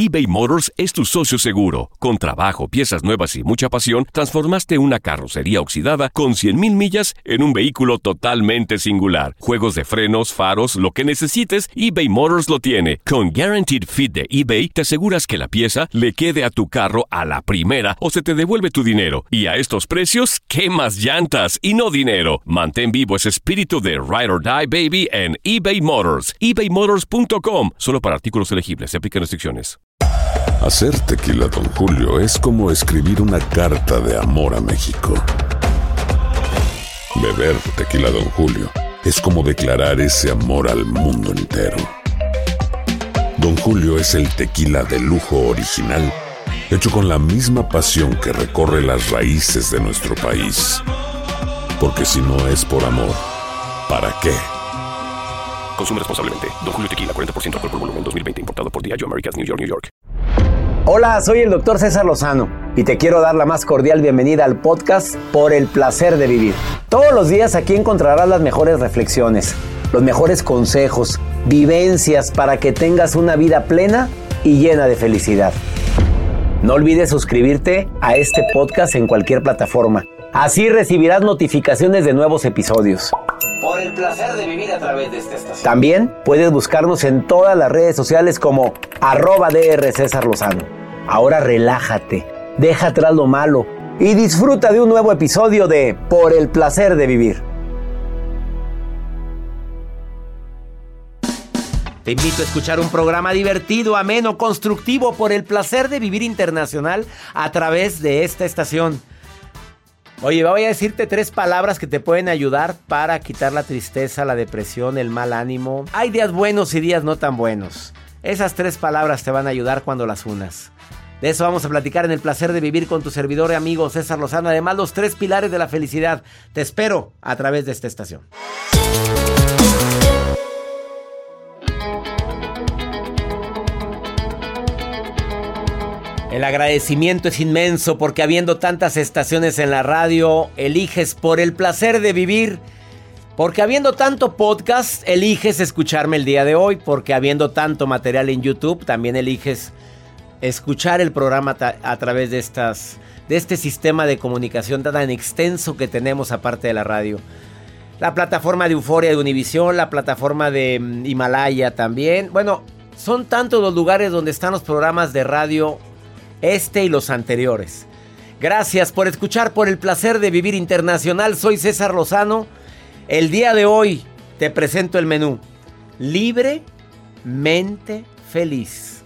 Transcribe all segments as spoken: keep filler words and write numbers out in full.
eBay Motors es tu socio seguro. Con trabajo, piezas nuevas y mucha pasión, transformaste una carrocería oxidada con cien mil millas en un vehículo totalmente singular. Juegos de frenos, faros, lo que necesites, eBay Motors lo tiene. Con Guaranteed Fit de eBay, te aseguras que la pieza le quede a tu carro a la primera o se te devuelve tu dinero. Y a estos precios, ¿qué más llantas y no dinero? Mantén vivo ese espíritu de Ride or Die, baby, en eBay Motors. ebay motors punto com. Solo para artículos elegibles. Se aplican restricciones. Hacer tequila Don Julio es como escribir una carta de amor a México. Beber tequila Don Julio es como declarar ese amor al mundo entero. Don Julio es el tequila de lujo original, hecho con la misma pasión que recorre las raíces de nuestro país. Porque si no es por amor, ¿para qué? Consume responsablemente. Don Julio Tequila, cuarenta por ciento alcohol por volumen, dos mil veinte. Importado por Diageo Americas, New York, New York. Hola, soy el doctor César Lozano y te quiero dar la más cordial bienvenida al podcast Por el Placer de Vivir. Todos los días aquí encontrarás las mejores reflexiones, los mejores consejos, vivencias para que tengas una vida plena y llena de felicidad. No olvides suscribirte a este podcast en cualquier plataforma. Así recibirás notificaciones de nuevos episodios. Por el placer de vivir a través de esta estación. También puedes buscarnos en todas las redes sociales como arroba DR César Lozano. Ahora relájate, deja atrás lo malo y disfruta de un nuevo episodio de Por el Placer de Vivir. Te invito a escuchar un programa divertido, ameno, constructivo por el placer de vivir internacional a través de esta estación. Oye, voy a decirte tres palabras que te pueden ayudar para quitar la tristeza, la depresión, el mal ánimo. Hay días buenos y días no tan buenos. Esas tres palabras te van a ayudar cuando las unas. De eso vamos a platicar en el placer de vivir con tu servidor y amigo César Lozano. Además, los tres pilares de la felicidad. Te espero a través de esta estación. El agradecimiento es inmenso porque habiendo tantas estaciones en la radio, eliges por el placer de vivir. Porque habiendo tanto podcast, eliges escucharme el día de hoy. Porque habiendo tanto material en YouTube, también eliges escuchar el programa ta- a través de, estas, de este sistema de comunicación tan extenso que tenemos aparte de la radio. La plataforma de Euforia de Univisión, la plataforma de um, Himalaya también. Bueno, son tantos los lugares donde están los programas de radio, este y los anteriores. Gracias por escuchar Por el Placer de Vivir Internacional. Soy César Lozano. El día de hoy te presento el menú. Libremente feliz.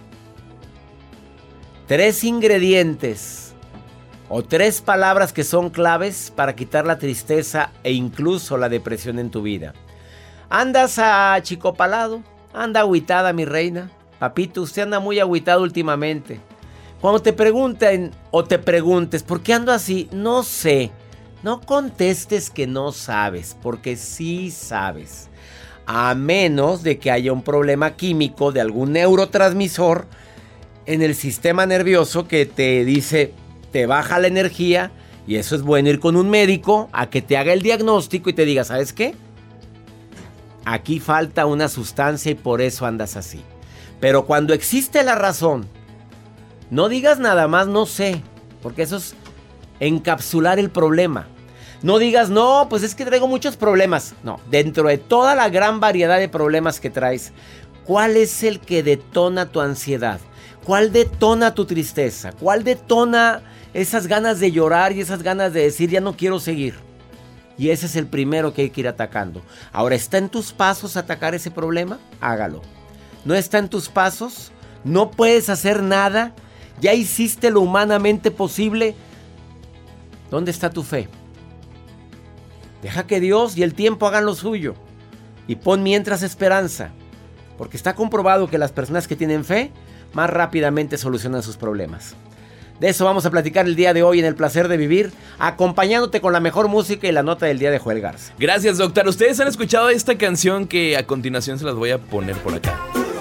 Tres ingredientes o tres palabras que son claves para quitar la tristeza e incluso la depresión en tu vida. ¿Andas achicopalado? ¿Anda agüitada, mi reina? Papito, usted anda muy agüitado últimamente. Cuando te pregunten o te preguntes, ¿por qué ando así? No sé. No contestes que no sabes, porque sí sabes. A menos de que haya un problema químico de algún neurotransmisor en el sistema nervioso que te dice, te baja la energía, y eso es bueno ir con un médico a que te haga el diagnóstico y te diga, ¿sabes qué? Aquí falta una sustancia y por eso andas así. Pero cuando existe la razón, no digas nada más, no sé, porque eso es encapsular el problema. No digas, no, pues es que traigo muchos problemas. No, dentro de toda la gran variedad de problemas que traes, ¿cuál es el que detona tu ansiedad? ¿Cuál detona tu tristeza? ¿Cuál detona esas ganas de llorar y esas ganas de decir, ya no quiero seguir? Y ese es el primero que hay que ir atacando. Ahora, ¿está en tus pasos atacar ese problema? Hágalo. ¿No está en tus pasos? ¿No puedes hacer nada? ¿Ya hiciste lo humanamente posible? ¿Dónde está tu fe? Deja que Dios y el tiempo hagan lo suyo. Y pon mientras esperanza. Porque está comprobado que las personas que tienen fe más rápidamente solucionan sus problemas. De eso vamos a platicar el día de hoy en El Placer de Vivir, acompañándote con la mejor música y la nota del día de Joel Garza. Gracias, doctor. Ustedes han escuchado esta canción que a continuación se las voy a poner por acá.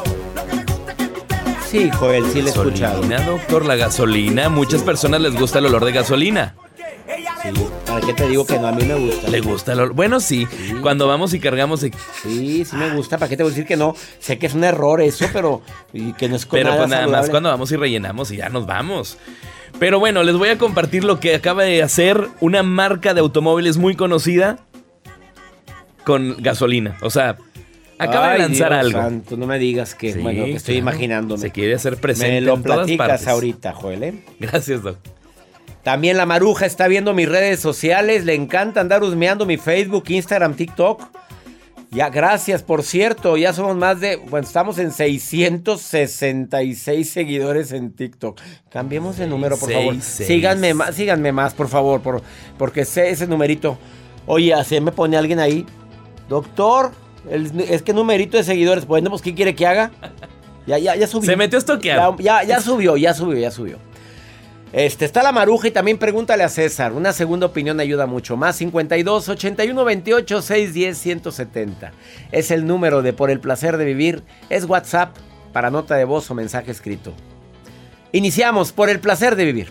Sí, Joel, sí la he escuchado. Gasolina, doctor, la gasolina. Muchas personas les gusta el olor de gasolina. Sí, ¿Para qué te digo que no? A mí me gusta. ¿Le gusta el olor? Bueno, sí. sí. Cuando vamos y cargamos... De... Sí, sí me gusta. ¿Para qué te voy a decir que no? Sé que es un error eso, pero... Y que no es con Pero nada pues nada saludable. más cuando vamos y rellenamos y ya nos vamos. Pero bueno, les voy a compartir lo que acaba de hacer una marca de automóviles muy conocida con gasolina. O sea... Acaba Ay, de lanzar Dios algo. Santo, no me digas que, Sí, bueno, que estoy claro. imaginándome. Se quiere hacer presente Me lo en todas platicas partes. ahorita, Joel, ¿eh? Gracias, Doc. También la Maruja está viendo mis redes sociales. Le encanta andar husmeando mi Facebook, Instagram, TikTok. Ya, gracias, por cierto. Ya somos más de... Bueno, estamos en seiscientos sesenta y seis seguidores en TikTok. Cambiemos de número, por favor. seis, seis. Síganme más, síganme más, por favor. Por, porque sé ese numerito. Oye, así me pone alguien ahí. Doctor... El, es que numerito de seguidores. Bueno, pues ¿qué quiere que haga? Ya, ya, ya subió. Se metió a estoquear. Ya, ya, ya subió, ya subió, ya subió. Este, está la Maruja y también pregúntale a César. Una segunda opinión ayuda mucho. Más cincuenta y dos, ochenta y uno, veintiocho, seiscientos diez, ciento setenta. Es el número de Por el Placer de Vivir. Es WhatsApp para nota de voz o mensaje escrito. Iniciamos Por el Placer de Vivir.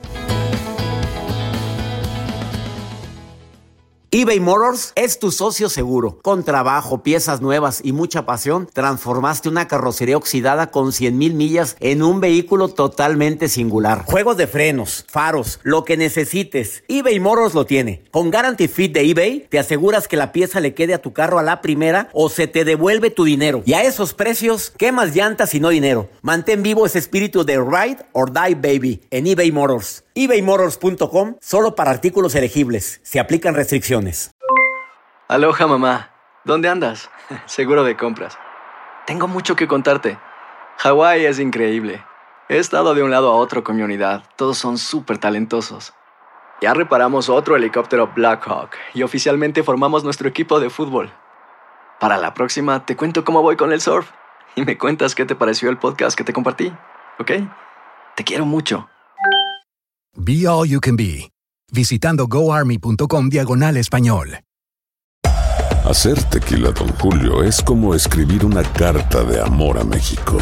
eBay Motors es tu socio seguro. Con trabajo, piezas nuevas y mucha pasión, transformaste una carrocería oxidada con cien mil millas en un vehículo totalmente singular. Juegos de frenos, faros, lo que necesites, eBay Motors lo tiene. Con Guarantee Fit de eBay, te aseguras que la pieza le quede a tu carro a la primera o se te devuelve tu dinero. Y a esos precios, ¿qué más llantas y no dinero? Mantén vivo ese espíritu de Ride or Die Baby en eBay Motors. ebay motors punto com, solo para artículos elegibles. Se aplican restricciones. Aloha, mamá. ¿Dónde andas? Seguro de compras. Tengo mucho que contarte. Hawái es increíble. He estado de un lado a otro con mi unidad. Todos son súper talentosos. Ya reparamos otro helicóptero Blackhawk y oficialmente formamos nuestro equipo de fútbol. Para la próxima te cuento cómo voy con el surf y me cuentas qué te pareció el podcast que te compartí, ¿ok? Te quiero mucho. Be All You Can Be, visitando goarmy.com diagonal español. Hacer tequila Don Julio es como escribir una carta de amor a México.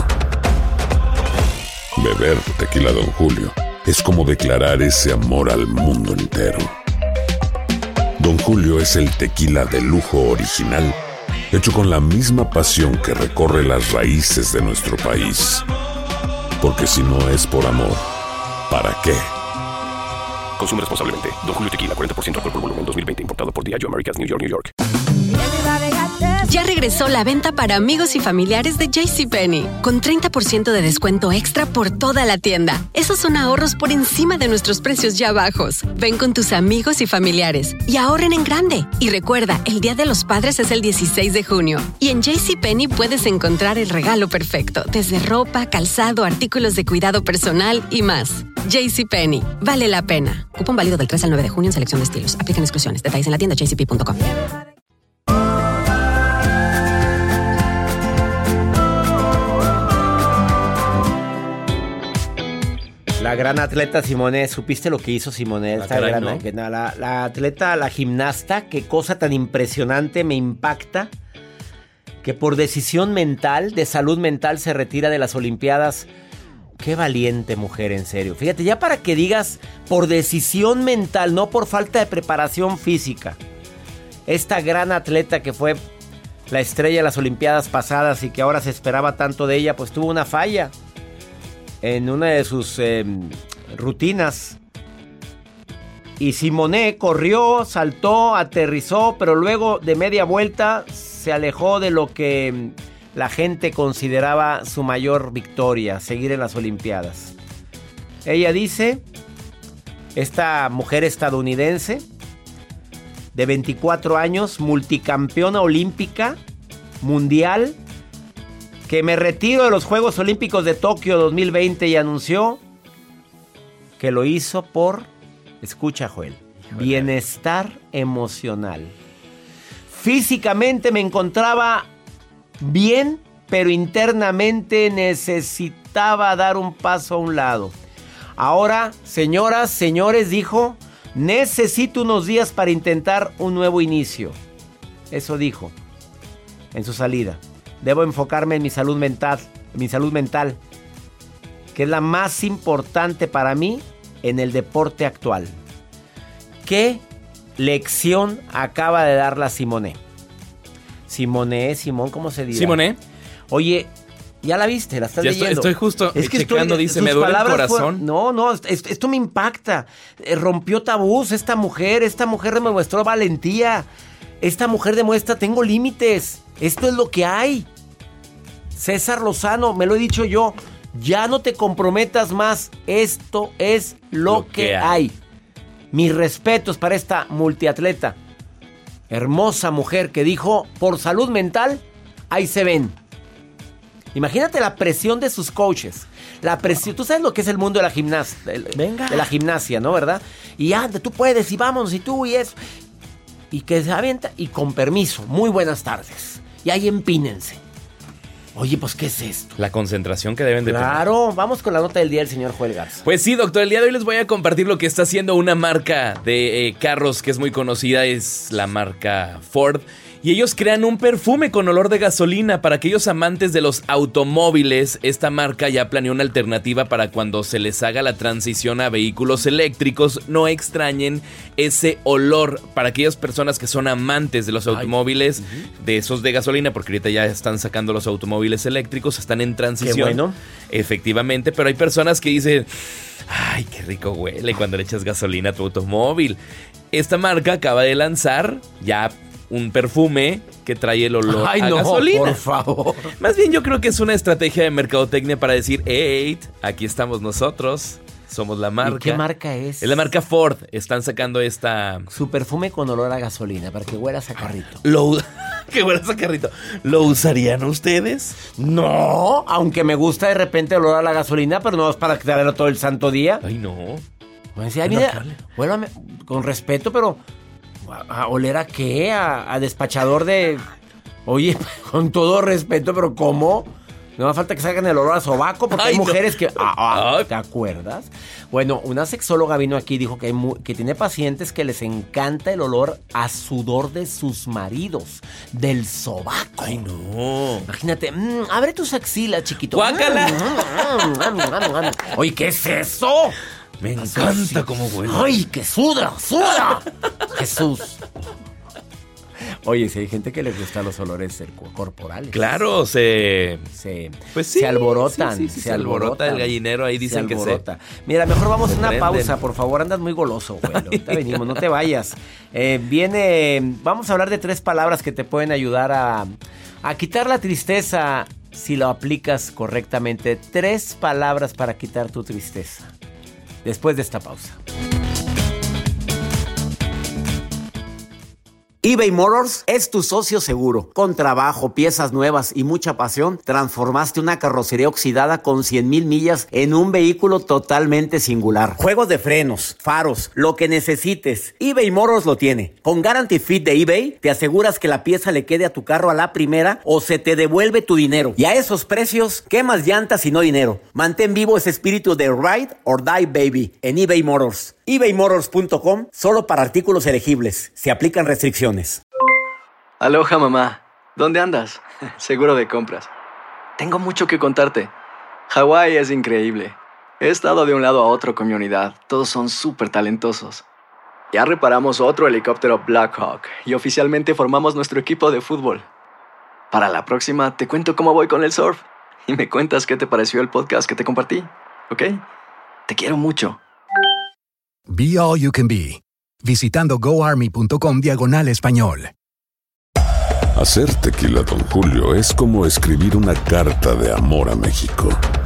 Beber tequila Don Julio es como declarar ese amor al mundo entero. Don Julio es el tequila de lujo original, hecho con la misma pasión que recorre las raíces de nuestro país. Porque si no es por amor, ¿para qué? Consume responsablemente. Don Julio Tequila, cuarenta por ciento alcohol por volumen, dos mil veinte. Importado por Diageo Americas, New York, New York. Ya regresó la venta para amigos y familiares de JCPenney, con treinta por ciento de descuento extra por toda la tienda. Esos son ahorros por encima de nuestros precios ya bajos. Ven con tus amigos y familiares y ahorren en grande. Y recuerda, el Día de los Padres es el dieciséis de junio. Y en JCPenney puedes encontrar el regalo perfecto, desde ropa, calzado, artículos de cuidado personal y más. JCPenney, vale la pena. Cupón válido del tres al nueve de junio en selección de estilos. Aplican exclusiones. Detalles en la tienda j c p punto com. La gran atleta Simone, ¿supiste lo que hizo Simone? Ah, Esta caray, gran, no. que na- la, la atleta, la gimnasta, qué cosa tan impresionante, me impacta, que por decisión mental, de salud mental, se retira de las Olimpiadas. Qué valiente mujer, en serio. Fíjate, ya para que digas por decisión mental, no por falta de preparación física. Esta gran atleta que fue la estrella de las Olimpiadas pasadas y que ahora se esperaba tanto de ella, pues tuvo una falla en una de sus eh, rutinas. Y Simone corrió, saltó, aterrizó, pero luego de media vuelta se alejó de lo que la gente consideraba su mayor victoria, seguir en las Olimpiadas. Ella dice, esta mujer estadounidense de veinticuatro años, multicampeona olímpica, mundial, que me retiro de los Juegos Olímpicos de Tokio dos mil veinte, y anunció que lo hizo por, escucha Joel, bienestar emocional. Físicamente me encontraba bien, pero internamente necesitaba dar un paso a un lado. Ahora, señoras, señores, dijo, necesito unos días para intentar un nuevo inicio. Eso dijo en su salida. Debo enfocarme en mi salud mental, mi salud mental, que es la más importante para mí en el deporte actual. Qué lección acaba de dar la Simone. Simone, Simón, ¿cómo se dice? Simone. Oye, ya la viste, la estás ya leyendo. Estoy, estoy justo es que checando, estoy, dice, me duele el corazón. Fue, no, no, esto, esto me impacta. Eh, rompió tabús esta mujer, esta mujer me mostró valentía. Esta mujer demuestra, tengo límites. Esto es lo que hay. César Lozano, me lo he dicho yo, ya no te comprometas más. Esto es lo, lo que, que hay. hay. Mis respetos para esta multiatleta. Hermosa mujer que dijo, por salud mental, ahí se ven. Imagínate la presión de sus coaches. La presión, tú sabes lo que es el mundo de la gimnasia, Venga. de la gimnasia, ¿no? ¿Verdad? Y anda, tú puedes, y vámonos, y tú, y eso. Y que se avienta, y con permiso, muy buenas tardes. Y ahí empínense. Oye, pues, ¿qué es esto? La concentración que deben de claro, tener. Claro, vamos con la nota del día del señor Joel Garza. Pues sí, doctor, el día de hoy les voy a compartir lo que está haciendo una marca de eh, carros que es muy conocida, es la marca Ford. Y ellos crean un perfume con olor de gasolina. Para aquellos amantes de los automóviles, esta marca ya planeó una alternativa para cuando se les haga la transición a vehículos eléctricos. No extrañen ese olor. Para aquellas personas que son amantes de los automóviles, Ay, uh-huh. de esos de gasolina, porque ahorita ya están sacando los automóviles eléctricos, están en transición. Qué bueno. Efectivamente, pero hay personas que dicen, ay, qué rico huele cuando le echas gasolina a tu automóvil. Esta marca acaba de lanzar ya un perfume que trae el olor Ay, a no, gasolina. Por favor. Más bien yo creo que es una estrategia de mercadotecnia para decir, hey, aquí estamos nosotros, somos la marca. ¿Y qué marca es? Es la marca Ford. Están sacando esta... Su perfume con olor a gasolina, para que huelas a carrito. Lo... que huelas a carrito. ¿Lo usarían ustedes? No, aunque me gusta de repente el olor a la gasolina, pero no es para quedarlo todo el santo día. Ay, no. Pues decía, mira, huélame con respeto, pero... ¿A oler a qué? ¿A, a despachador de...? Oye, con todo respeto, pero ¿cómo? No me falta que salgan el olor a sobaco, porque Ay, hay mujeres no. que... Ah, ah, ¿te acuerdas? Bueno, una sexóloga vino aquí y dijo que, hay mu- que tiene pacientes que les encanta el olor a sudor de sus maridos, del sobaco. Ay, no. Imagínate, mmm, abre tus axilas, chiquito. ¡Guácala! Mm, mm, mm, mm, mm. Oye, ¿qué es eso? Me encanta cómo huele. ¡Ay, que suda, suda! Jesús. Oye, si hay gente que les gustan los olores corporales. Claro, se... Se, pues sí, se alborotan. Sí, sí, sí, se, se alborotan. alborotan el gallinero, ahí dicen se que se... Mira, mejor vamos a una pausa, por favor. Andas muy goloso, güey. Ahorita venimos, no te vayas. Eh, viene... Vamos a hablar de tres palabras que te pueden ayudar a, a quitar la tristeza si lo aplicas correctamente. Tres palabras para quitar tu tristeza. Después de esta pausa. eBay Motors es tu socio seguro. Con trabajo, piezas nuevas y mucha pasión, transformaste una carrocería oxidada con cien mil millas en un vehículo totalmente singular. Juegos de frenos, faros, lo que necesites, eBay Motors lo tiene. Con Guarantee Fit de eBay, te aseguras que la pieza le quede a tu carro a la primera o se te devuelve tu dinero. Y a esos precios, ¿qué más llantas y no dinero? Mantén vivo ese espíritu de Ride or Die Baby en eBay Motors. ebay motors punto com, solo para artículos elegibles. Se aplican restricciones. Aloha, mamá. ¿Dónde andas? Seguro de compras. Tengo mucho que contarte. Hawái es increíble. He estado de un lado a otro con mi unidad. Todos son súper talentosos. Ya reparamos otro helicóptero Blackhawk y oficialmente formamos nuestro equipo de fútbol. Para la próxima te cuento cómo voy con el surf y me cuentas qué te pareció el podcast que te compartí, ¿ok? Te quiero mucho. Be All You Can Be, visitando goarmy.com diagonal español. Hacer tequila Don Julio es como escribir una carta de amor a México.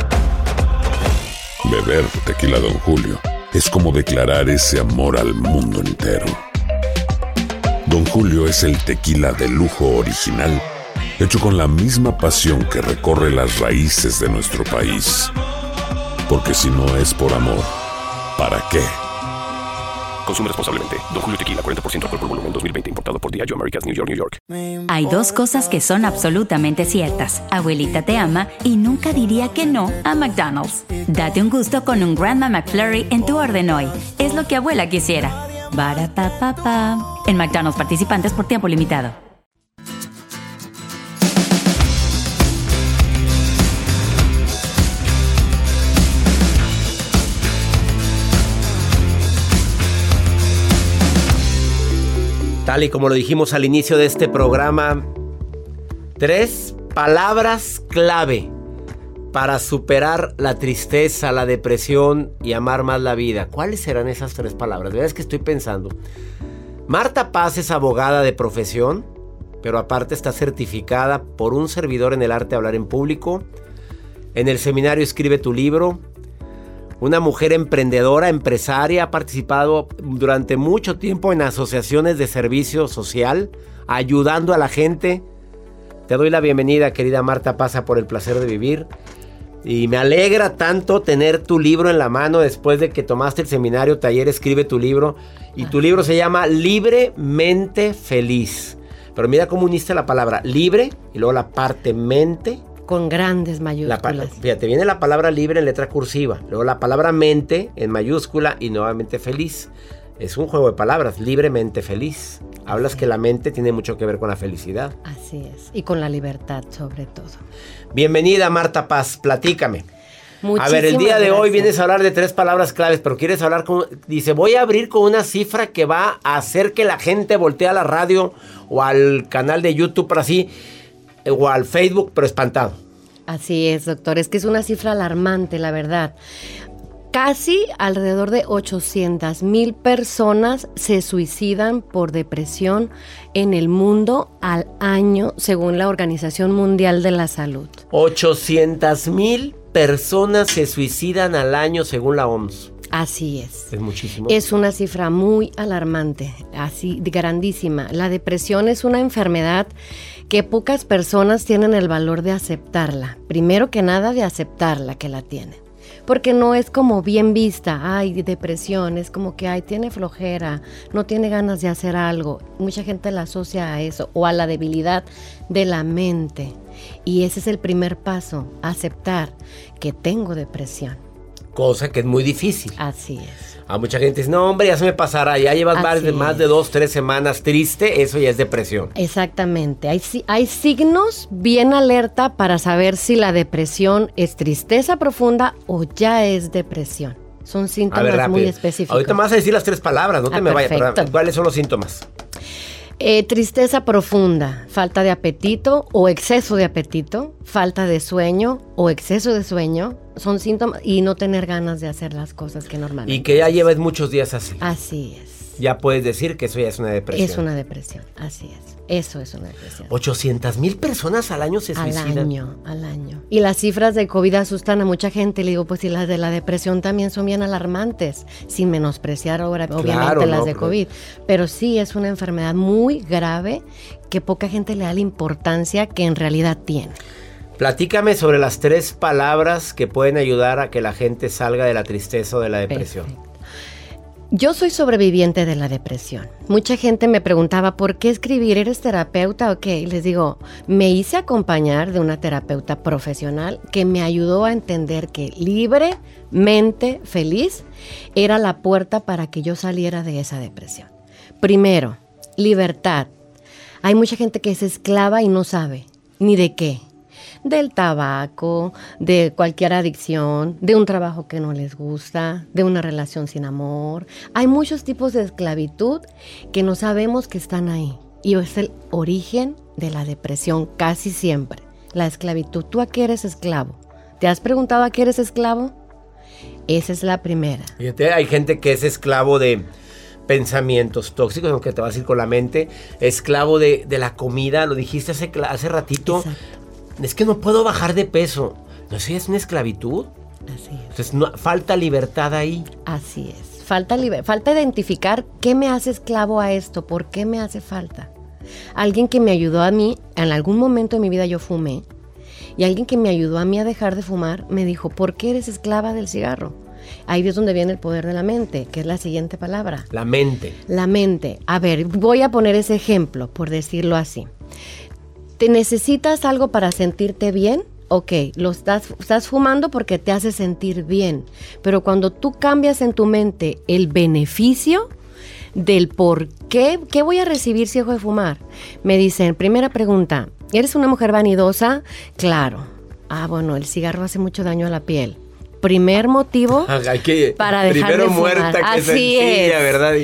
Beber tequila Don Julio es como declarar ese amor al mundo entero. Don Julio es el tequila de lujo original, hecho con la misma pasión que recorre las raíces de nuestro país. Porque si no es por amor, ¿para qué? Consume responsablemente. Don Julio Tequila, cuarenta por ciento alcohol por volumen, dos mil veinte. Importado por Diageo Americas, New York, New York. Hay dos cosas que son absolutamente ciertas. Abuelita te ama y nunca diría que no a McDonald's. Date un gusto con un Grandma McFlurry en tu orden hoy. Es lo que abuela quisiera. Barapapapa. En McDonald's participantes por tiempo limitado. Tal y como lo dijimos al inicio de este programa, tres palabras clave para superar la tristeza, la depresión y amar más la vida. ¿Cuáles serán esas tres palabras? La verdad es que estoy pensando. Marta Paz es abogada de profesión, pero aparte está certificada por un servidor en el arte de hablar en público. En el seminario Escribe tu libro. Una mujer emprendedora, empresaria, ha participado durante mucho tiempo en asociaciones de servicio social, ayudando a la gente. Te doy la bienvenida, querida Marta Paz, Por el placer de vivir. Y me alegra tanto tener tu libro en la mano después de que tomaste el seminario taller Escribe tu libro. Y tu libro se llama Libremente Feliz. Pero mira cómo uniste la palabra libre y luego la parte mente. Con grandes mayúsculas. La, fíjate, viene la palabra libre en letra cursiva, luego la palabra mente en mayúscula y nuevamente feliz. Es un juego de palabras, libremente feliz. Hablas Así que la mente tiene mucho que ver con la felicidad. Así es, y con la libertad sobre todo. Bienvenida, Marta Paz, platícame. Muchísimas a ver, el día de gracias. hoy vienes a hablar de tres palabras claves, pero quieres hablar con... Dice, voy a abrir con una cifra que va a hacer que la gente voltee a la radio o al canal de YouTube, para así... o al Facebook, pero espantado. Así es, doctor. Es que es una cifra alarmante, la verdad. Casi alrededor de ochocientas mil personas se suicidan por depresión en el mundo al año, según la Organización Mundial de la Salud. ochocientas mil personas se suicidan al año, según la O M S. Así es. Es muchísimo. Es una cifra muy alarmante, así grandísima. La depresión es una enfermedad que pocas personas tienen el valor de aceptarla. Primero que nada, de aceptarla que la tienen. Porque no es como bien vista. Ay, depresión, es como que ay, tiene flojera, no tiene ganas de hacer algo. Mucha gente la asocia a eso o a la debilidad de la mente. Y ese es el primer paso, aceptar que tengo depresión. Cosa que es muy difícil. Así es. A mucha gente dice, no hombre, ya se me pasará, ya llevas más de, más de dos, tres semanas triste, eso ya es depresión. Exactamente, hay, hay signos bien alerta para saber si la depresión es tristeza profunda o ya es depresión. Son síntomas ver, muy específicos. Ahorita me vas a decir las tres palabras, no te ah, me vayas. Perfecto. ¿Cuáles son los síntomas? Eh, tristeza profunda, falta de apetito o exceso de apetito, falta de sueño o exceso de sueño, son síntomas, y no tener ganas de hacer las cosas que normalmente. Y que ya llevas muchos días así. Así es. Ya puedes decir que eso ya es una depresión. Es una depresión, así es. Eso es una depresión. ochocientas mil personas al año se suicidan. Al año, al año. Y las cifras de COVID asustan a mucha gente. Le digo, pues si las de la depresión también son bien alarmantes, sin menospreciar ahora, obviamente claro, las no, de COVID. Pero sí es una enfermedad muy grave que poca gente le da la importancia que en realidad tiene. Platícame sobre las tres palabras que pueden ayudar a que la gente salga de la tristeza o de la depresión. Perfecto. Yo soy sobreviviente de la depresión. Mucha gente me preguntaba, ¿por qué escribir? ¿Eres terapeuta o qué? Y les digo, me hice acompañar de una terapeuta profesional que me ayudó a entender que libremente feliz era la puerta para que yo saliera de esa depresión. Primero, libertad. Hay mucha gente que es esclava y no sabe ni de qué. Del tabaco, de cualquier adicción, de un trabajo que no les gusta, de una relación sin amor. Hay muchos tipos de esclavitud que no sabemos que están ahí. Y es el origen de la depresión casi siempre. La esclavitud. ¿Tú a qué eres esclavo? ¿Te has preguntado a qué eres esclavo? Esa es la primera. Fíjate, hay gente que es esclavo de pensamientos tóxicos, aunque te vas a ir con la mente. Esclavo de, de la comida, lo dijiste hace, hace ratito. Exacto. Es que no puedo bajar de peso. ¿No sé, es una esclavitud? Así es. Entonces, no, falta libertad ahí. Así es. Falta, liber- falta identificar qué me hace esclavo a esto, por qué me hace falta. Alguien que me ayudó a mí, en algún momento de mi vida yo fumé, y alguien que me ayudó a mí a dejar de fumar me dijo, ¿por qué eres esclava del cigarro? Ahí es donde viene el poder de la mente, que es la siguiente palabra. La mente. La mente. A ver, voy a poner ese ejemplo, por decirlo así. ¿Te necesitas algo para sentirte bien? Ok, lo estás, estás fumando porque te hace sentir bien. Pero cuando tú cambias en tu mente el beneficio del por qué, ¿qué voy a recibir si dejo de fumar? Me dicen, primera pregunta, ¿eres una mujer vanidosa? Claro. Ah, bueno, el cigarro hace mucho daño a la piel. Primer motivo Hay que, para dejar primero de fumar. Muerta que Así sencilla, es. ¿verdad?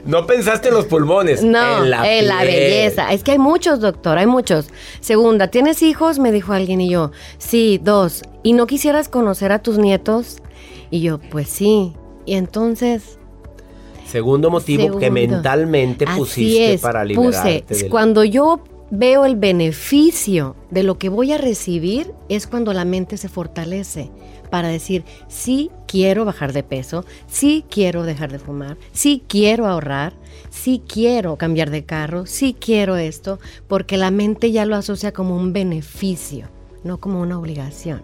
No pensaste en los pulmones. No, en la, en la belleza. Es que hay muchos, doctor, hay muchos. Segunda, ¿tienes hijos? Me dijo alguien y yo, sí, dos. ¿Y no quisieras conocer a tus nietos? Y yo, pues sí. Y entonces... Segundo motivo Segundo. que mentalmente Así pusiste es, para liberarte. Puse, del... Cuando yo veo el beneficio de lo que voy a recibir, es cuando la mente se fortalece para decir, sí quiero bajar de peso, sí quiero dejar de fumar, sí quiero ahorrar, sí quiero cambiar de carro, sí quiero esto, porque la mente ya lo asocia como un beneficio, no como una obligación.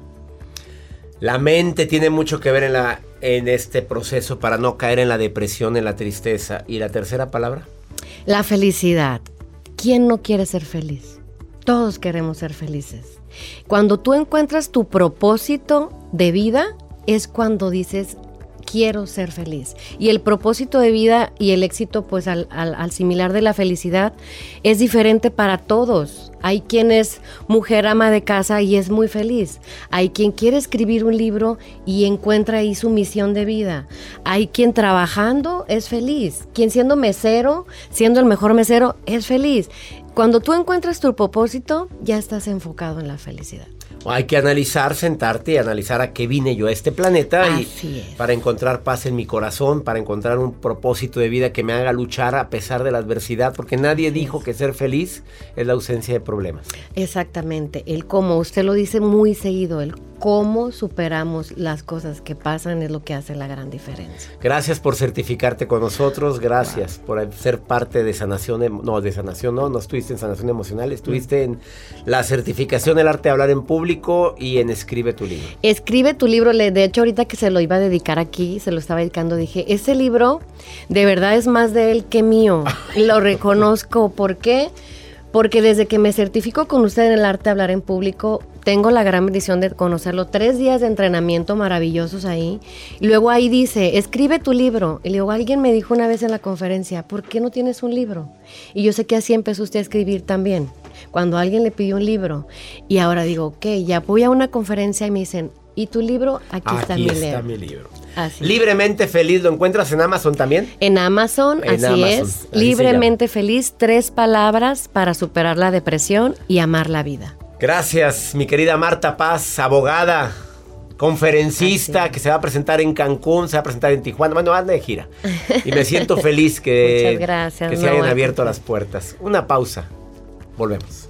La mente tiene mucho que ver en, la, en este proceso para no caer en la depresión, en la tristeza. ¿Y la tercera palabra? La felicidad. ¿Quién no quiere ser feliz? Todos queremos ser felices. Cuando tú encuentras tu propósito de vida, es cuando dices, quiero ser feliz. Y el propósito de vida y el éxito, pues al, al, al similar de la felicidad, es diferente para todos. Hay quien es mujer ama de casa y es muy feliz. Hay quien quiere escribir un libro y encuentra ahí su misión de vida. Hay quien trabajando es feliz. Quien siendo mesero, siendo el mejor mesero, es feliz. Cuando tú encuentras tu propósito, ya estás enfocado en la felicidad. Hay que analizar, sentarte y analizar a qué vine yo a este planeta y es. para encontrar paz en mi corazón, para encontrar un propósito de vida que me haga luchar a pesar de la adversidad, porque nadie Así dijo es. que ser feliz es la ausencia de problemas. Exactamente, el cómo, usted lo dice muy seguido, el cómo superamos las cosas que pasan es lo que hace la gran diferencia. Gracias por certificarte con nosotros, gracias wow. por ser parte de sanación, no, de sanación no, no estuviste en sanación emocional, estuviste mm. en la certificación del arte de hablar en público y en Escribe tu libro. Escribe tu libro, de hecho ahorita que se lo iba a dedicar aquí, se lo estaba dedicando, dije, ese libro de verdad es más de él que mío, lo reconozco, ¿por qué? Porque desde que me certifico con usted en el arte de hablar en público, tengo la gran bendición de conocerlo, tres días de entrenamiento maravillosos ahí, y luego ahí dice, escribe tu libro, y luego alguien me dijo una vez en la conferencia, ¿por qué no tienes un libro? Y yo sé que así empezó usted a escribir también, cuando alguien le pidió un libro, y ahora digo, ok, ya voy a una conferencia y me dicen, ¿y tu libro? Aquí, Aquí está, mi, está libro. mi libro. Así. Libremente Feliz, ¿lo encuentras en Amazon también? En Amazon, en así Amazon, es. así Libremente Feliz, tres palabras para superar la depresión y amar la vida. Gracias, mi querida Marta Paz, abogada, conferencista, que se va a presentar en Cancún, se va a presentar en Tijuana, bueno, anda de gira. Y me siento feliz que, Muchas gracias, que se no, hayan bueno. abierto las puertas. Una pausa, volvemos.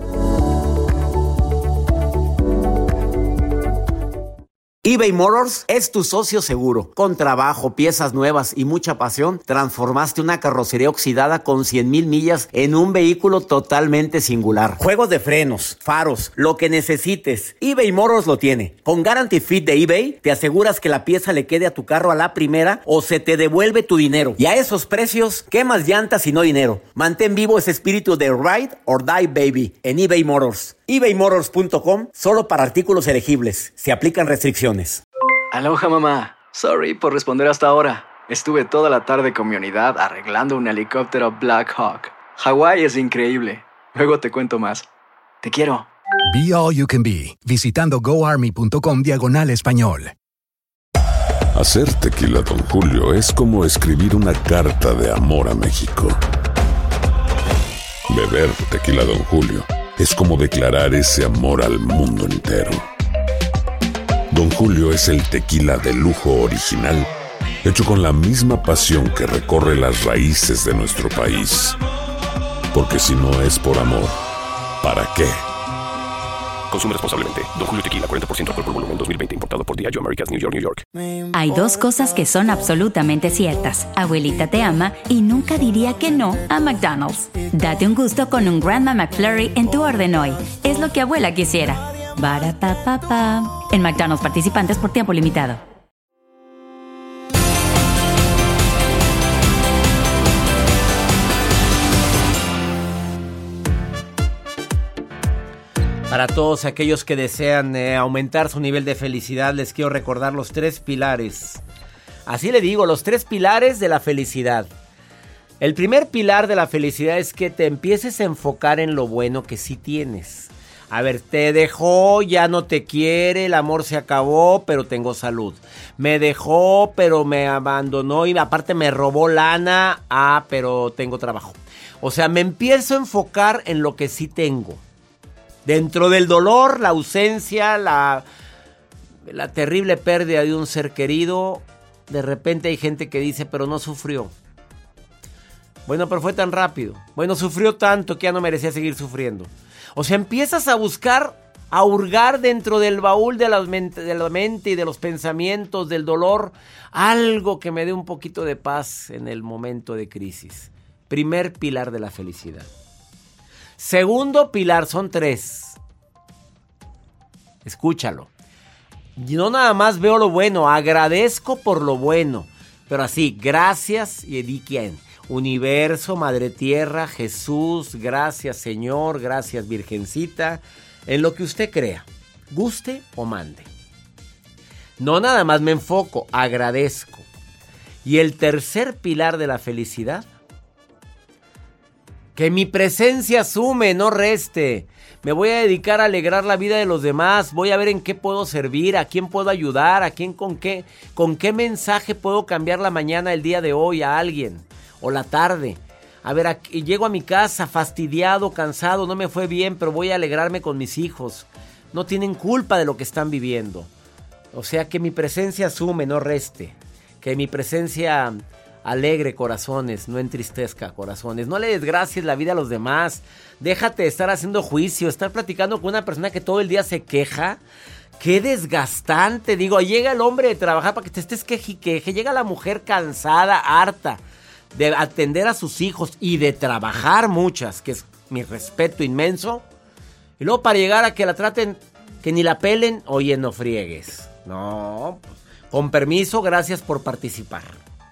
eBay Motors es tu socio seguro. Con trabajo, piezas nuevas y mucha pasión, transformaste una carrocería oxidada con cien mil millas en un vehículo totalmente singular. Juegos de frenos, faros, lo que necesites, eBay Motors lo tiene. Con Guarantee Fit de eBay, te aseguras que la pieza le quede a tu carro a la primera o se te devuelve tu dinero. Y a esos precios, ¿qué más llantas y no dinero? Mantén vivo ese espíritu de Ride or Die Baby en eBay Motors. ebay motors punto com, solo para artículos elegibles. Se aplican restricciones. Aloha, mamá. Sorry por responder hasta ahora. Estuve toda la tarde con mi unidad arreglando un helicóptero Black Hawk. Hawái es increíble. Luego te cuento más. Te quiero. Be All You Can Be, visitando goarmy.com diagonal español. Hacer tequila Don Julio es como escribir una carta de amor a México. Beber tequila Don Julio es como declarar ese amor al mundo entero. Don Julio es el tequila de lujo original, hecho con la misma pasión que recorre las raíces de nuestro país. Porque si no es por amor, ¿para qué? Consume responsablemente. Don Julio Tequila, cuarenta por ciento alcohol por volumen, dos mil veinte, importado por Diageo Americas, New York, New York. Hay dos cosas que son absolutamente ciertas. Abuelita te ama y nunca diría que no a McDonald's. Date un gusto con un Grandma McFlurry en tu orden hoy. Es lo que abuela quisiera. Barapapapa. En McDonald's participantes por tiempo limitado. Para todos aquellos que desean eh, aumentar su nivel de felicidad, les quiero recordar los tres pilares. Así le digo, los tres pilares de la felicidad. El primer pilar de la felicidad es que te empieces a enfocar en lo bueno que sí tienes. A ver, te dejó, ya no te quiere, el amor se acabó, pero tengo salud. Me dejó, pero me abandonó y aparte me robó lana, ah, pero tengo trabajo. O sea, me empiezo a enfocar en lo que sí tengo. Dentro del dolor, la ausencia, la, la terrible pérdida de un ser querido, de repente hay gente que dice, pero no sufrió. Bueno, pero fue tan rápido. Bueno, sufrió tanto que ya no merecía seguir sufriendo. O sea, empiezas a buscar, a hurgar dentro del baúl de la, mente, de la mente y de los pensamientos, del dolor, algo que me dé un poquito de paz en el momento de crisis. Primer pilar de la felicidad. Segundo pilar, son tres. Escúchalo. No nada más veo lo bueno, agradezco por lo bueno. Pero así, gracias y di quién. Universo, Madre Tierra, Jesús, gracias Señor, gracias Virgencita, en lo que usted crea, guste o mande. No nada más me enfoco, agradezco. Y el tercer pilar de la felicidad, que mi presencia sume, no reste. Me voy a dedicar a alegrar la vida de los demás, voy a ver en qué puedo servir, a quién puedo ayudar, a quién con qué, con qué mensaje puedo cambiar la mañana, el día de hoy a alguien. O la tarde. A ver, aquí, llego a mi casa fastidiado, cansado, no me fue bien, pero voy a alegrarme con mis hijos. No tienen culpa de lo que están viviendo. O sea, que mi presencia sume, no reste. Que mi presencia alegre corazones, no entristezca corazones. No le desgracies la vida a los demás. Déjate de estar haciendo juicio, estar platicando con una persona que todo el día se queja. Qué desgastante. Digo, llega el hombre de trabajar para que te estés queje y queje. Llega la mujer cansada, harta de atender a sus hijos y de trabajar muchas, que es mi respeto inmenso. Y luego para llegar a que la traten, que ni la pelen, oye, no friegues. No, pues, con permiso, gracias por participar.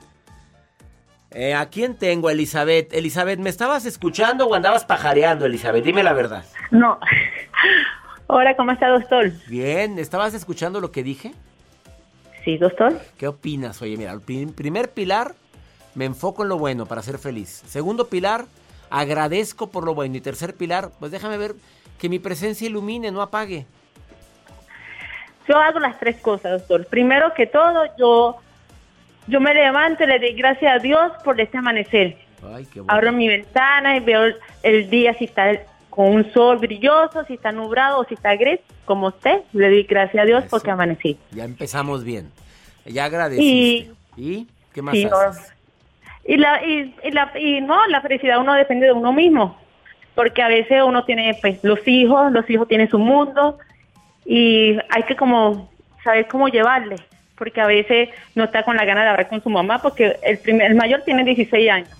Eh, ¿A quién tengo, Elizabeth? Elizabeth, ¿me estabas escuchando o andabas pajareando, Elizabeth? Dime la verdad. No. Hola, ¿cómo está, doctor? Bien, ¿estabas escuchando lo que dije? Sí, doctor. ¿Qué opinas? Oye, mira, el primer pilar, me enfoco en lo bueno para ser feliz. Segundo pilar, agradezco por lo bueno. Y tercer pilar, pues déjame ver que mi presencia ilumine, no apague. Yo hago las tres cosas, doctor. Primero que todo, yo, yo me levanto y le doy gracias a Dios por este amanecer. Ay, qué bueno. Abro mi ventana y veo el, el día, si está con un sol brilloso, si está nublado o si está gris, como usted. Le doy gracias a Dios Eso. porque amanecí. Ya empezamos bien. Ya agradeciste. ¿Y, ¿Y qué más sí, haces? No. Y la y, y la y no, la felicidad uno depende de uno mismo, porque a veces uno tiene pues los hijos, los hijos tienen su mundo y hay que como saber cómo llevarle, porque a veces no está con la gana de hablar con su mamá, porque el primer, el mayor tiene dieciséis años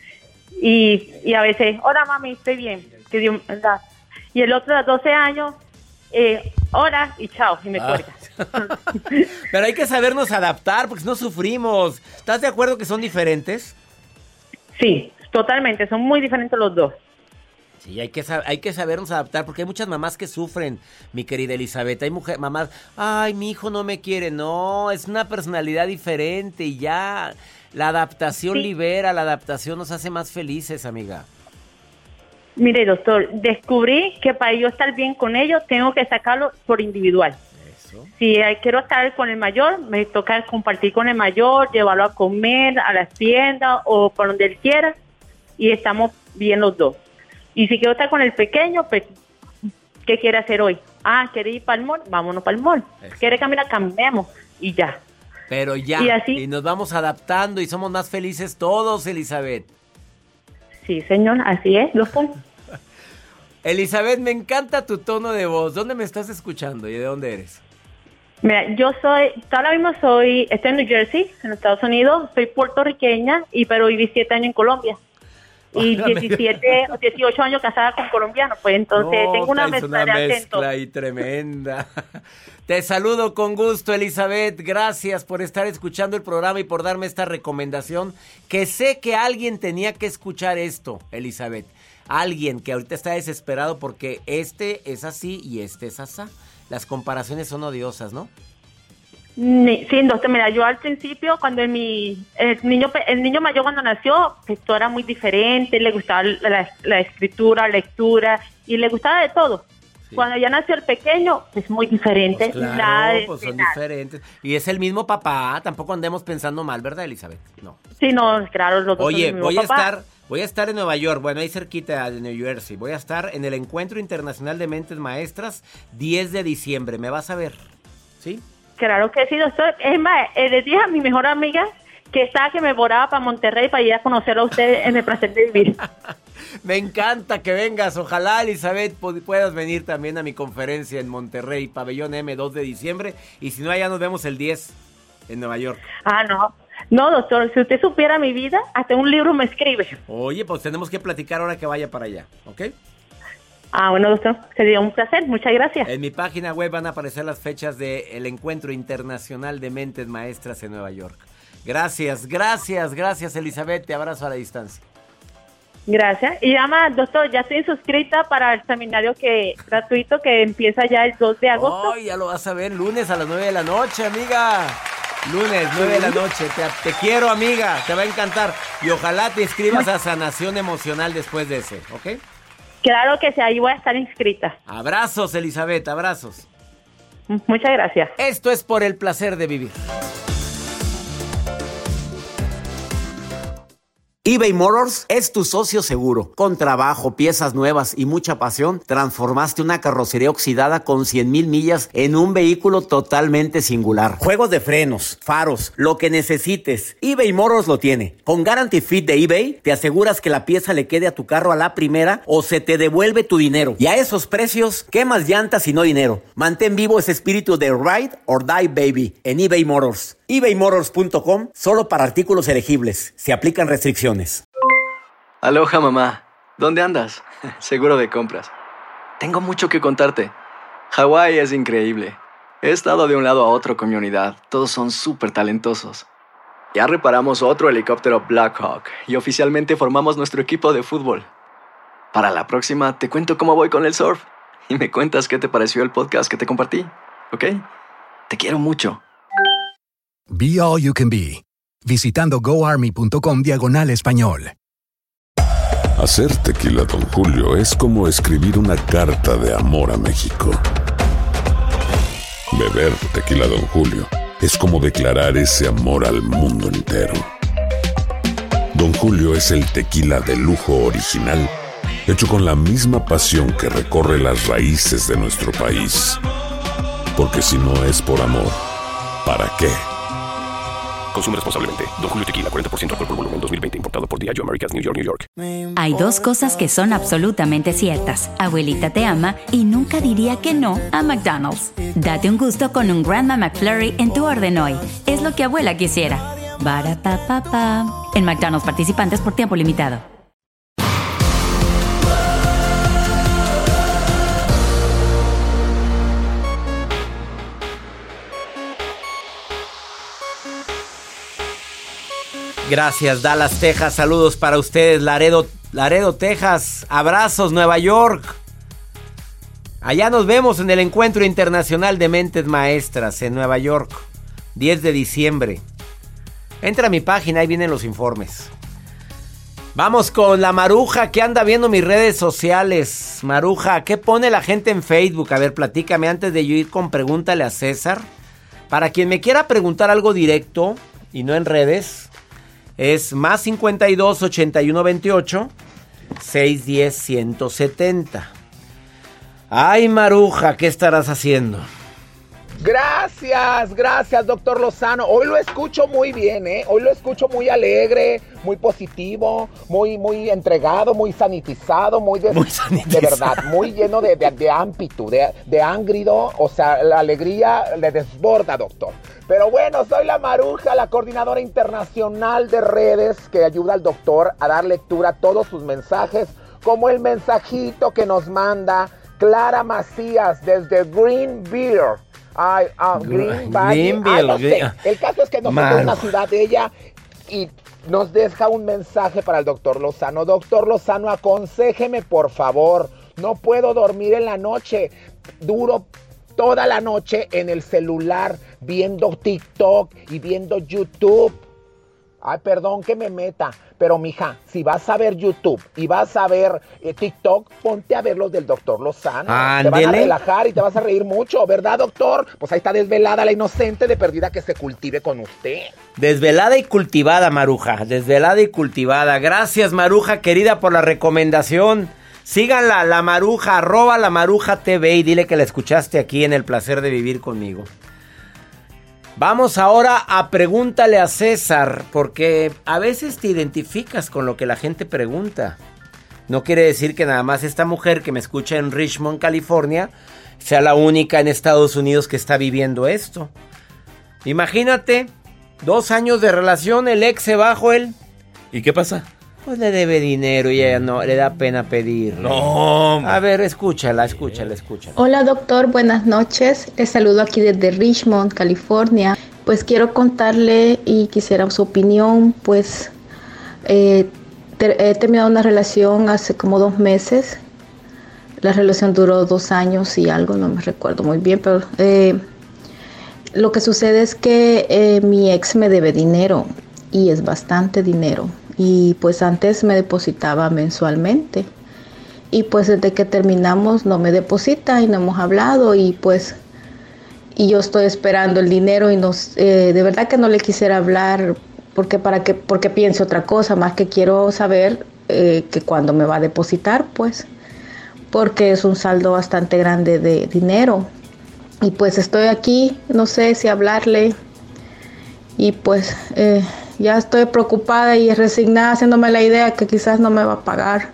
y, y a veces, hola mami, estoy bien, que Dios, ¿verdad? Y el otro de doce años, eh, hola y chao, y me ah. cuelga. Pero hay que sabernos adaptar, porque si no sufrimos. ¿Estás de acuerdo que son diferentes? Sí, totalmente, son muy diferentes los dos. Sí, hay que, hay que sabernos adaptar, porque hay muchas mamás que sufren, mi querida Elizabeth. Hay mujer, mamás, ay, mi hijo no me quiere. No, es una personalidad diferente y ya. La adaptación sí. libera, la adaptación nos hace más felices, amiga. Mire, doctor, descubrí que para yo estar bien con ellos, tengo que sacarlo por individual. Eso. Si quiero estar con el mayor, me toca compartir con el mayor, llevarlo a comer, a las tiendas o por donde él quiera, y estamos bien los dos. Y si quiero estar con el pequeño, pues, ¿qué quiere hacer hoy? Ah, ¿quiere ir para el mall? Vámonos para el mall. Eso. ¿Quiere caminar? Caminemos y ya. Pero ya, y, así, y nos vamos adaptando y somos más felices todos, Elizabeth. Sí, señor, así es, doctor. Elizabeth, me encanta tu tono de voz. ¿Dónde me estás escuchando y de dónde eres? Mira, yo soy, ahora mismo soy, estoy en New Jersey, en Estados Unidos, soy puertorriqueña, y pero viví siete años en Colombia. Y diecisiete o dieciocho años casada con colombianos, pues entonces no, tengo una mezcla de acento. Una mezcla y tremenda. Te saludo con gusto, Elizabeth. Gracias por estar escuchando el programa y por darme esta recomendación, que sé que alguien tenía que escuchar esto, Elizabeth. Alguien que ahorita está desesperado porque este es así y este es asá. Las comparaciones son odiosas, ¿no? Sí, doctor, mira, yo al principio, cuando el, mi, el niño el niño mayor cuando nació, pues todo era muy diferente, le gustaba la, la escritura, lectura, y le gustaba de todo. Sí. Cuando ya nació el pequeño, es muy diferente. Pues claro, nada de, pues de son nada. diferentes. Y es el mismo papá, tampoco andemos pensando mal, ¿verdad, Elizabeth? No. Sí, no, claro, los dos Oye, son el mismo voy papá. a estar, voy a estar en Nueva York, bueno, ahí cerquita de New Jersey. Voy a estar en el Encuentro Internacional de Mentes Maestras, diez de diciembre. ¿Me vas a ver? ¿Sí? Claro que sí, doctor. Es más, eh, le dije a mi mejor amiga que estaba que me volaba para Monterrey para ir a conocerlo a usted en el placer de vivir. Me encanta que vengas. Ojalá, Elizabeth, puedas venir también a mi conferencia en Monterrey, Pabellón M, dos de diciembre. Y si no, allá nos vemos el diez en Nueva York. Ah, no. No, doctor, si usted supiera mi vida, hasta un libro me escribe. Oye, pues tenemos que platicar ahora que vaya para allá, ¿ok? Ah, bueno, doctor, sería un placer. Muchas gracias. En mi página web van a aparecer las fechas del Encuentro Internacional de Mentes Maestras en Nueva York. Gracias, gracias, gracias, Elizabeth. Te abrazo a la distancia. Gracias. Y además, doctor, ya estoy suscrita para el seminario que gratuito que empieza ya el dos de agosto. ¡Ay, ya lo vas a ver! Lunes a las nueve de la noche, amiga. Lunes, nueve de la noche. Te, te quiero, amiga. Te va a encantar. Y ojalá te inscribas a Sanación Emocional después de ese, ¿ok? Claro que sí, ahí voy a estar inscrita. Abrazos, Elizabeth, abrazos. Muchas gracias. Esto es Por el Placer de Vivir. eBay Motors es tu socio seguro. Con trabajo, piezas nuevas y mucha pasión, transformaste una carrocería oxidada con cien mil millas en un vehículo totalmente singular. Juegos de frenos, faros, lo que necesites, eBay Motors lo tiene. Con Guarantee Fit de eBay, te aseguras que la pieza le quede a tu carro a la primera o se te devuelve tu dinero. Y a esos precios, ¿qué más llantas y no dinero? Mantén vivo ese espíritu de Ride or Die Baby en eBay Motors. ebay motors punto com, solo para artículos elegibles. Se aplican restricciones. Aloha, mamá. ¿Dónde andas? Seguro de compras. Tengo mucho que contarte. Hawái es increíble. He estado de un lado a otro con mi unidad. Todos son súper talentosos. Ya reparamos otro helicóptero Blackhawk y oficialmente formamos nuestro equipo de fútbol. Para la próxima te cuento cómo voy con el surf y me cuentas qué te pareció el podcast que te compartí, ¿ok? Te quiero mucho. Be All You Can Be, visitando goarmy.com diagonal español. Hacer tequila Don Julio es como escribir una carta de amor a México. Beber tequila Don Julio es como declarar ese amor al mundo entero. Don Julio es el tequila de lujo original, hecho con la misma pasión que recorre las raíces de nuestro país. Porque si no es por amor, ¿para qué? Consume responsablemente. Don Julio Tequila, cuarenta por ciento alcohol por volumen, dos mil veinte. Importado por Diageo Americas, New York, New York. Hay dos cosas que son absolutamente ciertas. Abuelita te ama y nunca diría que no a McDonald's. Date un gusto con un Grandma McFlurry en tu orden hoy. Es lo que abuela quisiera. Barapapapa. En McDonald's participantes por tiempo limitado. Gracias, Dallas, Texas. Saludos para ustedes, Laredo, Laredo, Texas. Abrazos, Nueva York. Allá nos vemos en el Encuentro Internacional de Mentes Maestras en Nueva York, diez de diciembre. Entra a mi página, ahí vienen los informes. Vamos con la Maruja que anda viendo mis redes sociales. Maruja, ¿qué pone la gente en Facebook? A ver, platícame antes de yo ir con Pregúntale a César. Para quien me quiera preguntar algo directo y no en redes, es más cincuenta y dos, ochenta y uno, veintiocho, seiscientos diez, ciento setenta. Ay, Maruja, ¿qué estarás haciendo? Gracias, gracias, doctor Lozano. Hoy lo escucho muy bien, ¿eh? Hoy lo escucho muy alegre, muy positivo, muy, muy entregado, muy sanitizado, muy, de, muy sanitizado. De verdad, muy lleno de, de, de ámpitu, de, de ángrido. O sea, la alegría le desborda, doctor. Pero bueno, soy la Maruja, la coordinadora internacional de redes que ayuda al doctor a dar lectura a todos sus mensajes, como el mensajito que nos manda Clara Macías desde Greenville. Ay, uh, Green Valley. Ay, no sé. El caso es que nos tocó una ciudad de ella y nos deja un mensaje para el doctor Lozano. Doctor Lozano, aconséjeme, por favor. No puedo dormir en la noche. Duro toda la noche en el celular viendo TikTok y viendo YouTube. Ay, perdón que me meta, pero mija, si vas a ver YouTube y vas a ver eh, TikTok, ponte a ver los del doctor Lozano. Ándele. Te van a relajar y te vas a reír mucho, ¿verdad, doctor? Pues ahí está desvelada la inocente de perdida que se cultive con usted. Desvelada y cultivada, Maruja. Desvelada y cultivada. Gracias, Maruja, querida, por la recomendación. Síganla, la Maruja, arroba la Maruja T V y dile que la escuchaste aquí en El Placer de Vivir conmigo. Vamos ahora a Pregúntale a César, porque a veces te identificas con lo que la gente pregunta. No quiere decir que nada más esta mujer que me escucha en Richmond, California, sea la única en Estados Unidos que está viviendo esto. Imagínate, dos años de relación, el ex se va, Joel. ¿Y qué pasa? Pues le debe dinero y ella no, le da pena pedirle. No. A ver, escúchala, escúchala, escúchala. Hola doctor, buenas noches. Les saludo aquí desde Richmond, California. Pues quiero contarle y quisiera su opinión. Pues eh, ter- he terminado una relación hace como dos meses. La relación duró dos años y algo, no me recuerdo muy bien, pero eh, lo que sucede es que eh, mi ex me debe dinero y es bastante dinero. Y pues antes me depositaba mensualmente y pues desde que terminamos no me deposita y no hemos hablado y pues y yo estoy esperando el dinero y nos, eh, de verdad que no le quisiera hablar porque para que porque piense otra cosa, más que quiero saber eh, que cuándo me va a depositar, pues porque es un saldo bastante grande de dinero y pues estoy aquí, no sé si hablarle y pues eh, ya estoy preocupada y resignada haciéndome la idea que quizás no me va a pagar.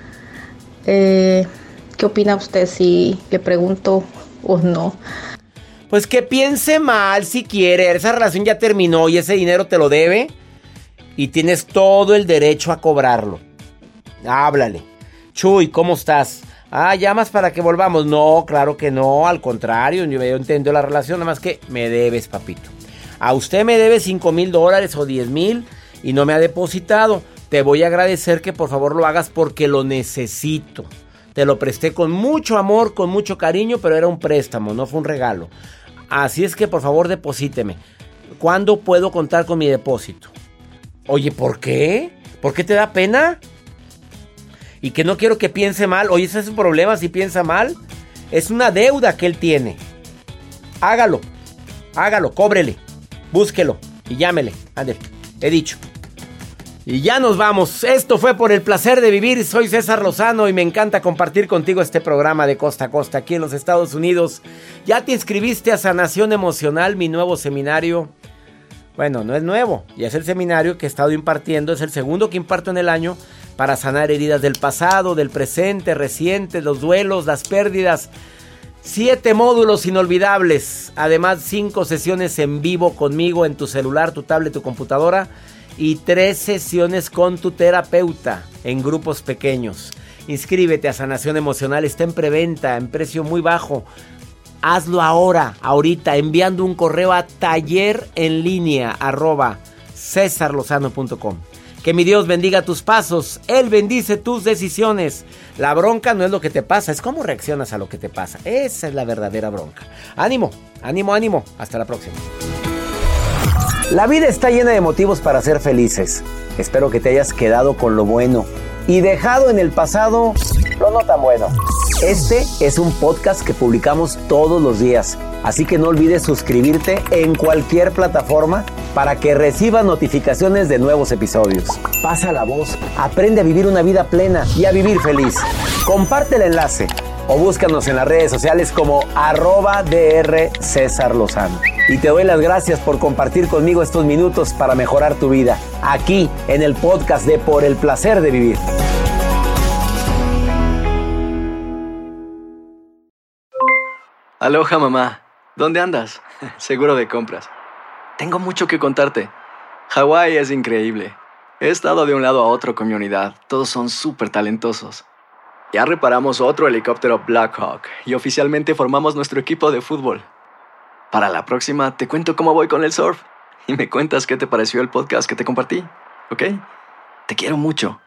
Eh, ¿Qué opina usted si le pregunto o no? Pues que piense mal si quiere. Esa relación ya terminó y ese dinero te lo debe. Y tienes todo el derecho a cobrarlo. Háblale. Chuy, ¿cómo estás? Ah, ¿llamas para que volvamos? No, claro que no. Al contrario, yo, yo entiendo la relación. Nada más que me debes, papito. A usted me debe cinco mil dólares o diez mil y no me ha depositado. Te voy a agradecer que por favor lo hagas porque lo necesito. Te lo presté con mucho amor, con mucho cariño, pero era un préstamo, no fue un regalo. Así es que por favor deposíteme. ¿Cuándo puedo contar con mi depósito? Oye, ¿por qué? ¿Por qué te da pena? Y que no quiero que piense mal. Oye, ese es un problema si piensa mal. Es una deuda que él tiene. Hágalo, hágalo, cóbrele. Búsquelo y llámele. Ande, he dicho. Y ya nos vamos. Esto fue Por el Placer de Vivir. Soy César Lozano y me encanta compartir contigo este programa de costa a costa aquí en los Estados Unidos. ¿Ya te inscribiste a Sanación Emocional, mi nuevo seminario? Bueno, no es nuevo. Ya es el seminario que he estado impartiendo. Es el segundo que imparto en el año para sanar heridas del pasado, del presente, reciente, los duelos, las pérdidas. Siete módulos inolvidables, además cinco sesiones en vivo conmigo en tu celular, tu tablet, tu computadora y tres sesiones con tu terapeuta en grupos pequeños. Inscríbete a Sanación Emocional, está en preventa, en precio muy bajo. Hazlo ahora, ahorita, enviando un correo a taller en línea arroba cesar lozano punto com. Que mi Dios bendiga tus pasos, Él bendice tus decisiones. La bronca no es lo que te pasa, es cómo reaccionas a lo que te pasa. Esa es la verdadera bronca. Ánimo, ánimo, ánimo. Hasta la próxima. La vida está llena de motivos para ser felices. Espero que te hayas quedado con lo bueno y dejado en el pasado lo no tan bueno. Este es un podcast que publicamos todos los días, así que no olvides suscribirte en cualquier plataforma para que recibas notificaciones de nuevos episodios. Pasa la voz, aprende a vivir una vida plena y a vivir feliz. Comparte el enlace o búscanos en las redes sociales como arroba DR César Lozano. Y te doy las gracias por compartir conmigo estos minutos para mejorar tu vida, aquí en el podcast de Por el Placer de Vivir. Aloha, mamá. ¿Dónde andas? Seguro de compras. Tengo mucho que contarte. Hawái es increíble. He estado de un lado a otro con mi unidad. Todos son súper talentosos. Ya reparamos otro helicóptero Blackhawk y oficialmente formamos nuestro equipo de fútbol. Para la próxima te cuento cómo voy con el surf y me cuentas qué te pareció el podcast que te compartí, ¿ok? Te quiero mucho.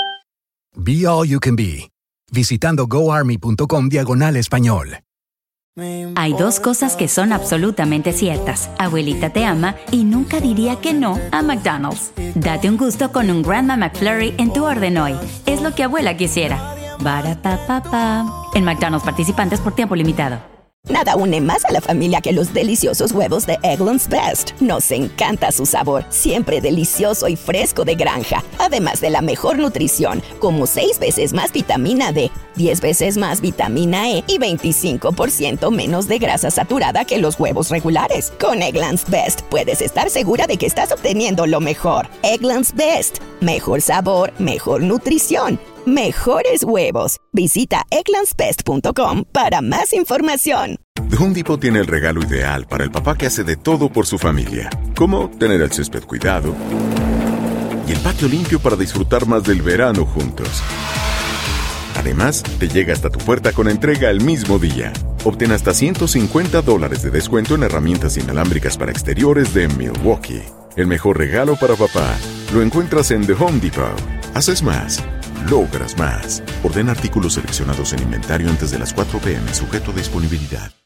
Be All You Can Be, visitando goarmy punto com diagonal español. Hay dos cosas que son absolutamente ciertas. Abuelita te ama y nunca diría que no a McDonald's. Date un gusto con un Grandma McFlurry en tu orden hoy. Es lo que abuela quisiera. Barapapapa. En McDonald's participantes por tiempo limitado. Nada une más a la familia que los deliciosos huevos de Eggland's Best. Nos encanta su sabor, siempre delicioso y fresco de granja. Además de la mejor nutrición, como seis veces más vitamina D, diez veces más vitamina E y veinticinco por ciento menos de grasa saturada que los huevos regulares. Con Eggland's Best puedes estar segura de que estás obteniendo lo mejor. Eggland's Best. Mejor sabor, mejor nutrición. Mejores huevos. Visita egglands best punto com para más información. The Home Depot tiene el regalo ideal para el papá que hace de todo por su familia, como tener el césped cuidado y el patio limpio para disfrutar más del verano juntos. Además, te llega hasta tu puerta con entrega el mismo día. Obtén hasta ciento cincuenta dólares de descuento en herramientas inalámbricas para exteriores de Milwaukee. El mejor regalo para papá lo encuentras en The Home Depot. Haces más, logras más. Ordena artículos seleccionados en inventario antes de las cuatro p m, sujeto a disponibilidad.